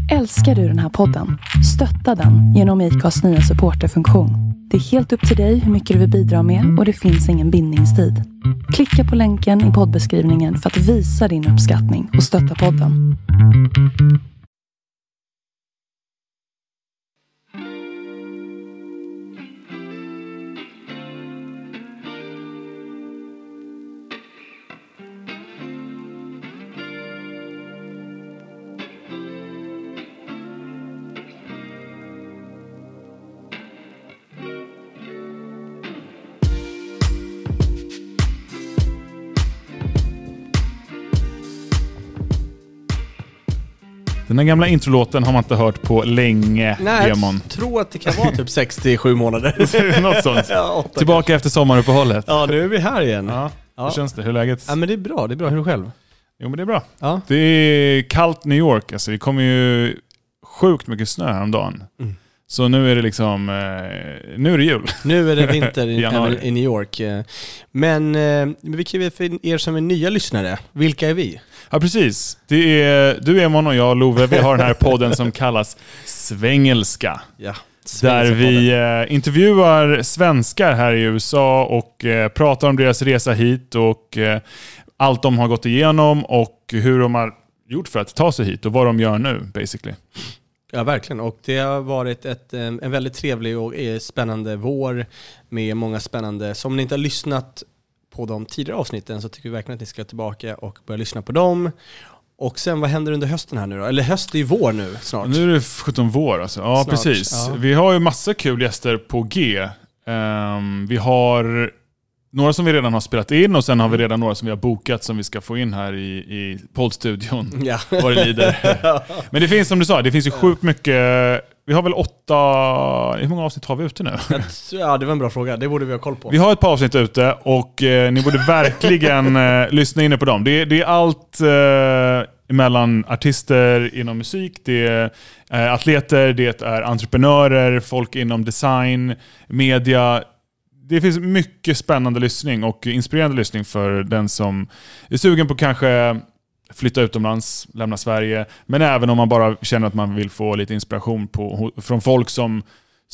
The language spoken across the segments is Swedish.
Älskar du den här podden? Stötta den genom IKAs nya supporterfunktion. Det är helt upp till dig hur mycket du vill bidra med och det finns ingen bindningstid. Klicka på länken i poddbeskrivningen för att visa din uppskattning och stötta podden. Den här gamla introlåten har man inte hört på länge. Nej, Demon. jag tror att det kan vara typ 67 månader. Något sånt. Ja, Tillbaka kanske efter sommaruppehållet. Ja, nu är vi här igen. Ja. Hur känns det? Hur är läget? Ja, men det är bra. Det är bra. Hur är du själv? Jo, men det är bra. Ja. Det är kallt New York. Alltså, det kommer ju sjukt mycket snö häromdagen. Mm. Så nu är det liksom... nu är det jul. Nu är det vinter Januari. i New York. Men vilka är vi för er som är nya lyssnare? Vilka är vi? Ja, precis. Det är du, Emon, och jag, Love. Vi har den här podden som kallas Svängelska. Ja. Där vi intervjuar svenskar här i USA och pratar om deras resa hit och allt de har gått igenom och hur de har gjort för att ta sig hit och vad de gör nu, basically. Ja, verkligen. Och det har varit en väldigt trevlig och spännande vår med många spännande. Så om ni inte har lyssnat på de tidigare avsnitten så tycker vi verkligen att ni ska tillbaka och börja lyssna på dem. Och sen, vad händer under hösten här nu då? Eller höst är ju vår nu snart. Nu är det 17 vår alltså. Ja, snart. Precis. Ja. Vi har ju massa kul gäster på G. Vi har några som vi redan har spelat in och sen har vi redan några som vi har bokat som vi ska få in här i poddstudion. Ja. Vad det lider. Men det finns, som du sa, det finns ju sjukt mycket. Vi har väl 8... Hur många avsnitt har vi ute nu? Ja, det var en bra fråga. Det borde vi ha koll på. Vi har ett par avsnitt ute och ni borde verkligen lyssna in på dem. Det är allt mellan artister inom musik, det är atleter, det är entreprenörer, folk inom design, media. Det finns mycket spännande lyssning och inspirerande lyssning för den som är sugen på kanske flytta utomlands, lämna Sverige, men även om man bara känner att man vill få lite inspiration från folk som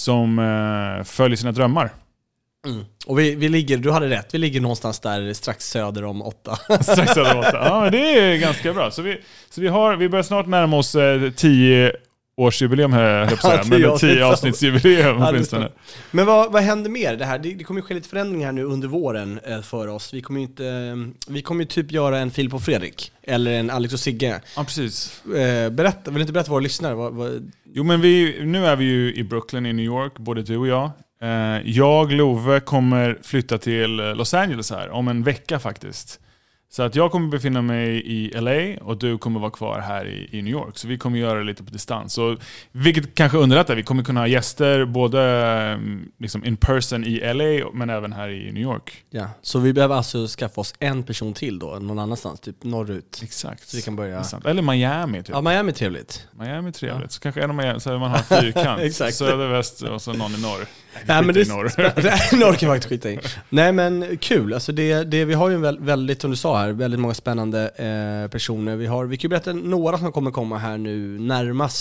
följer sina drömmar. Mm. Och vi ligger, du hade rätt, vi ligger någonstans där strax söder om 8. Strax söder om 8. Ja, men det är ganska bra. Så vi börjar snart närma oss 10 årsjubileum här, men 10 avsnittsjubileum åtminstone. Men vad händer mer? Det kommer ju ske lite förändringar här nu under våren för oss. Vi kommer ju typ göra en Filip och Fredrik eller en Alex och Sigge. Ja, precis. Vill du inte berätta våra lyssnare? Jo, men nu är vi ju i Brooklyn i New York, både du och jag. Jag, Love, kommer flytta till Los Angeles här om en vecka faktiskt. Så att jag kommer befinna mig i LA och du kommer vara kvar här i New York. Så vi kommer göra det lite på distans. Så, vilket kanske underlättar. Vi kommer kunna ha gäster både liksom in person i LA men även här i New York. Ja, så vi behöver alltså skaffa oss en person till då, någon annanstans, typ norrut. Exakt. Så vi kan börja... Eller Miami typ. Ja, Miami är trevligt. Miami är trevligt. Ja. Så kanske en av Miami, så man har en fyrkant. Exakt. Söder, väst och så någon i norr. Nej, men norr kan faktiskt skita i. Nej, men kul. Alltså vi har ju väldigt, som du sa här, väldigt många spännande personer. Vi kan ju berätta några som kommer komma här nu närmast.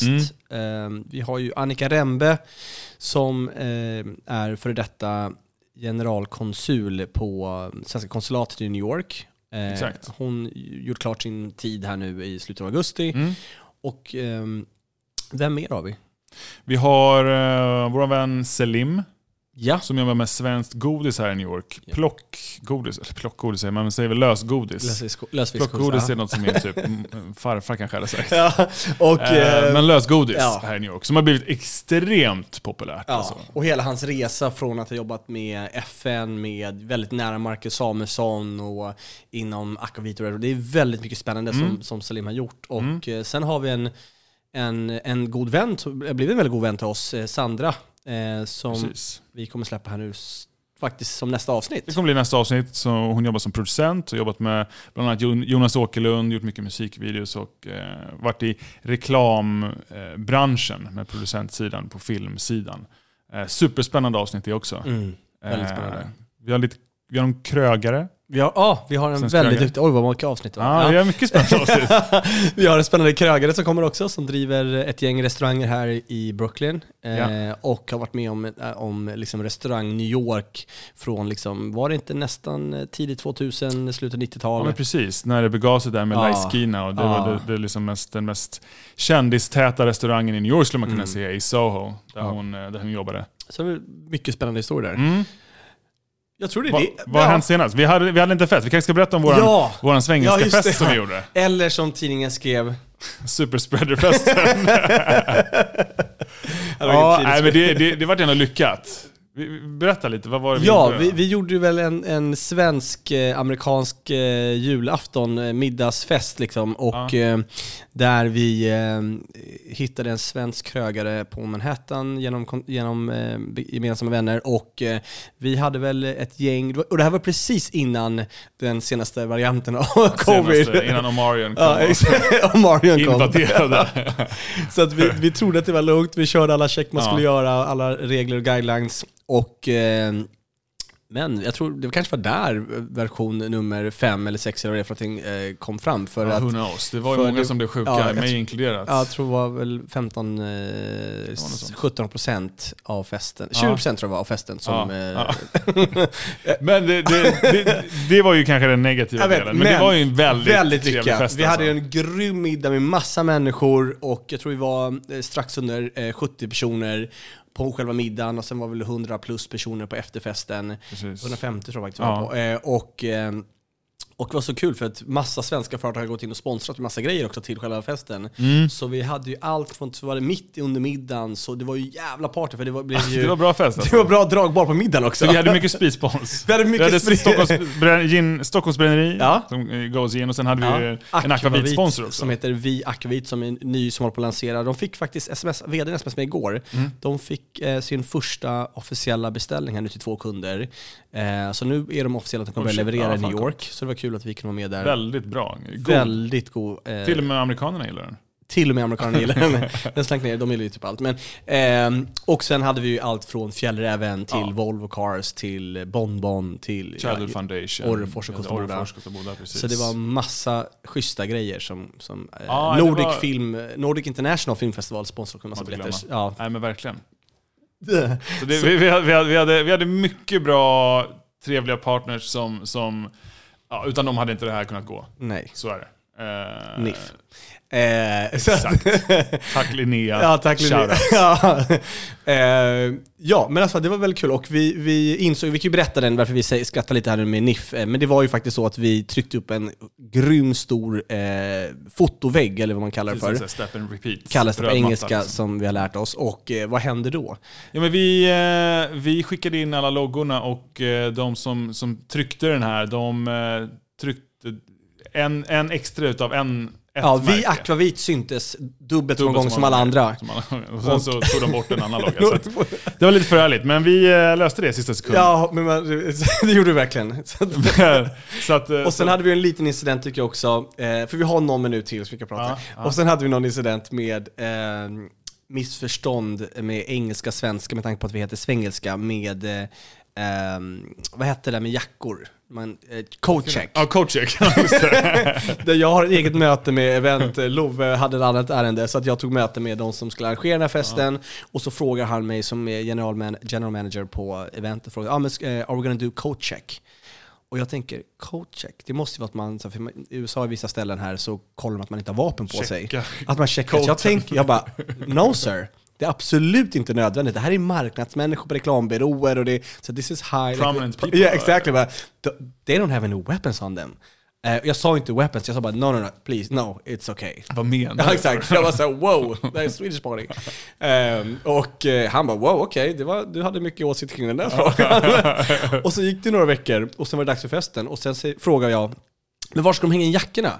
Vi har ju Annika Rembe som är för detta generalkonsul på svenska konsulatet i New York. Exakt. Hon gjort klart sin tid här nu i slutet av augusti. Och vem mer har vi? Vi har vår vän Selim. Ja. Som jobbar med svenskt godis här i New York. Plockgodis, man säger väl lösgodis. Plockgodis är något som är typ farfar kanske hade sagt. Ja, och, men lösgodis här i New York som har blivit extremt populärt. Ja, alltså. Och hela hans resa från att ha jobbat med FN, med väldigt nära Marcus Samuelsson och inom Akavito. Det är väldigt mycket spännande som Salim har gjort. Och sen har vi en god vän, blivit en väldigt god vän till oss, Sandra. Som precis. Vi kommer släppa här nu faktiskt som nästa avsnitt. Det kommer bli nästa avsnitt. Så hon jobbar som producent och jobbat med bland annat Jonas Åkerlund, gjort mycket musikvideos och varit i reklambranschen med producentsidan på filmsidan. Superspännande avsnitt det också. Väldigt spännande. Vi har en krögare Vi har en väldigt duktig... Oj, vad många avsnitt. Ja, vi har mycket spännande avsnitt. Vi har en spännande krögare som kommer också, som driver ett gäng restauranger här i Brooklyn. Och har varit med om liksom restaurang New York från, liksom, var det inte nästan tidigt 2000, slutet 90-talet? Ja, men precis. När det begav sig där med Laiskina. Och det var det liksom den mest kändistäta restaurangen i New York, skulle man kunna säga, i Soho, där hon jobbade. Så det är mycket spännande historier där. Jag tror det är det. Vad har hänt senast? Vi hade inte fest. Vi kanske ska berätta om våran svengelska fest som vi gjorde. Eller som tidningen skrev, Superspreaderfesten. Men det var ändå lyckat. Berätta lite, vad var det vi gjorde? Vi gjorde väl en svensk-amerikansk julafton, middagsfest liksom, och där vi hittade en svensk krögare på Manhattan genom gemensamma vänner, och vi hade väl ett gäng, och det här var precis innan den senaste varianten av covid. Innan Omarion kom. Omarion kom. Invaderade. Så att vi trodde att det var lugnt, vi körde alla check man skulle göra, alla regler och guidelines. Och men jag tror det kanske var där version nummer 5 eller 6 eller för att kom fram, för att who knows. Det var ju många som blev sjuka, mig inkluderat. Jag tror det var väl 17% av festen. 20% tror jag var av festen som Men det var ju kanske den negativa delen. Men det var ju en väldigt trevlig fest. Vi hade ju en grym middag med massa människor, och jag tror vi var strax under 70 personer på själva middagen, och sen var väl 100 plus personer på efterfesten. Precis. 150 tror jag faktiskt var på. Och det var så kul för att massa svenska företag har gått in och sponsrat massa grejer också till själva festen. Så vi hade ju allt från, så var det mitt under middagen, så det var ju jävla party, för det var bra fest. Alltså. Det var bra dragbar på middagen också. Så vi hade mycket spritspons. Vi hade Stockholms bränneri som goes in, och sen hade vi en akvavit-sponsor också. Som heter Vi Akvavit, som är ny, som håller på att lansera. De fick faktiskt vdn sms med igår. De fick sin första officiella beställning här nu till 2 kunder. Så nu är de officiella att de kommer att leverera i New York. Så det var kul att vi kunde vara med där. Väldigt bra. Väldigt god. Till och med amerikanerna gillar den. Till och med amerikanerna gillar den. Den slank ner, de gillar ju typ allt. Men, och sen hade vi ju allt från Fjällräven till Volvo Cars till Bonbon till Childhood Foundation, Orrefors och Kostaboda. Så det var massa schyssta grejer som Nordic International Film Festival sponsrade en massa biljetter. Ja. Nej, men verkligen. Så vi hade mycket bra, trevliga partners som utan dem hade inte det här kunnat gå. Nej. Så är det. NIF. Exakt. Tack Linnea. Ja, tack Linnea. Men alltså det var väldigt kul, och vi insåg, vi kan ju berätta den varför vi skrattar lite här nu med NIF, men det var ju faktiskt så att vi tryckte upp en grym stor fotovägg, eller vad man kallar det för. Step and repeat. Kallas det på engelska, som vi har lärt oss. Och vad hände då? Ja, men vi skickade in alla loggorna, och de som tryckte den här, de tryckte en extra utav Vi Akvavit syntes dubbelt så många som alla andra. Och sen så tog de bort en annan logga. Det var lite för ärligt, men vi löste det i sista sekunden. Ja, men det gjorde vi verkligen. Och sen hade vi en liten incident tycker jag också. För vi har någon minut till så vi kan prata. Och sen hade vi någon incident med missförstånd med engelska-svenska, med tanke på att vi heter svengelska, med vad hette det med jackor? Coatcheck. Ja, coatcheck. Där jag har ett eget möte med event. Love hade ett annat ärende, så att jag tog möte med de som skulle arrangera den här festen. Och så frågar han mig som är general manager på eventet, frågar, are we gonna do coatcheck? Och jag tänker, coatcheck, det måste ju vara att man, för i USA i vissa ställen här så kollar man att man inte har vapen på sig. Att man checkar. Jag bara, no sir. Det är absolut inte nödvändigt. Det här är marknadsmänniskor på reklambyråer, och det, so this is high. Prominent people. Yeah, exactly. But they don't have any weapons on them. Jag sa inte weapons, jag sa bara no, please, no, it's okay. Vad menar du? Ja, exakt. Jag var så wow, det är Swedish party. Och han bara, wow, okej, du hade mycket åsikt kring den där frågan. Och så gick det några veckor, och sen var det dags för festen. Och sen frågade jag, men var ska de hänga in jackorna? Han bara,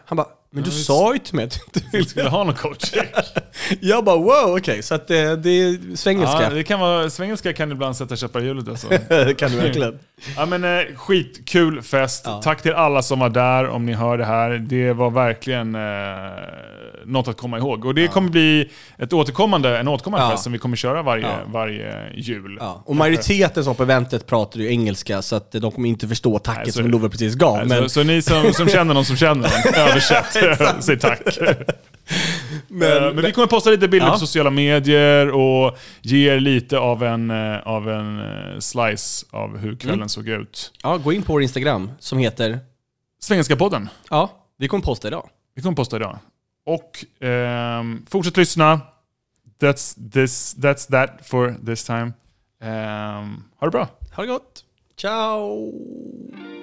Men du sa ju till mig att du inte Vi skulle ha någon coaching. Jag bara wow, okej. Så att det är svengelska. Ja, det kan vara, svengelska kan ibland sätta käppar i hjulet alltså. Det kan du verkligen. Ja men skitkul fest. Ja. Tack till alla som var där, om ni hör det här. Det var verkligen något att komma ihåg. Och det kommer bli en återkommande fest som vi kommer köra varje jul. Ja. Och majoriteten som på eventet pratar ju engelska, så att de kommer inte förstå tacket som Love precis gav. Men... Så ni som känner någon som känner någon, översätt. Säg tack. Men vi kommer posta lite bilder på sociala medier och ge er lite av en slice av hur kvällen såg ut. Ja, gå in på vår Instagram som heter Svengelska-podden. Ja, vi kommer posta idag. Och fortsätt lyssna. That's that for this time. Ha det bra. Ha det gott. Ciao.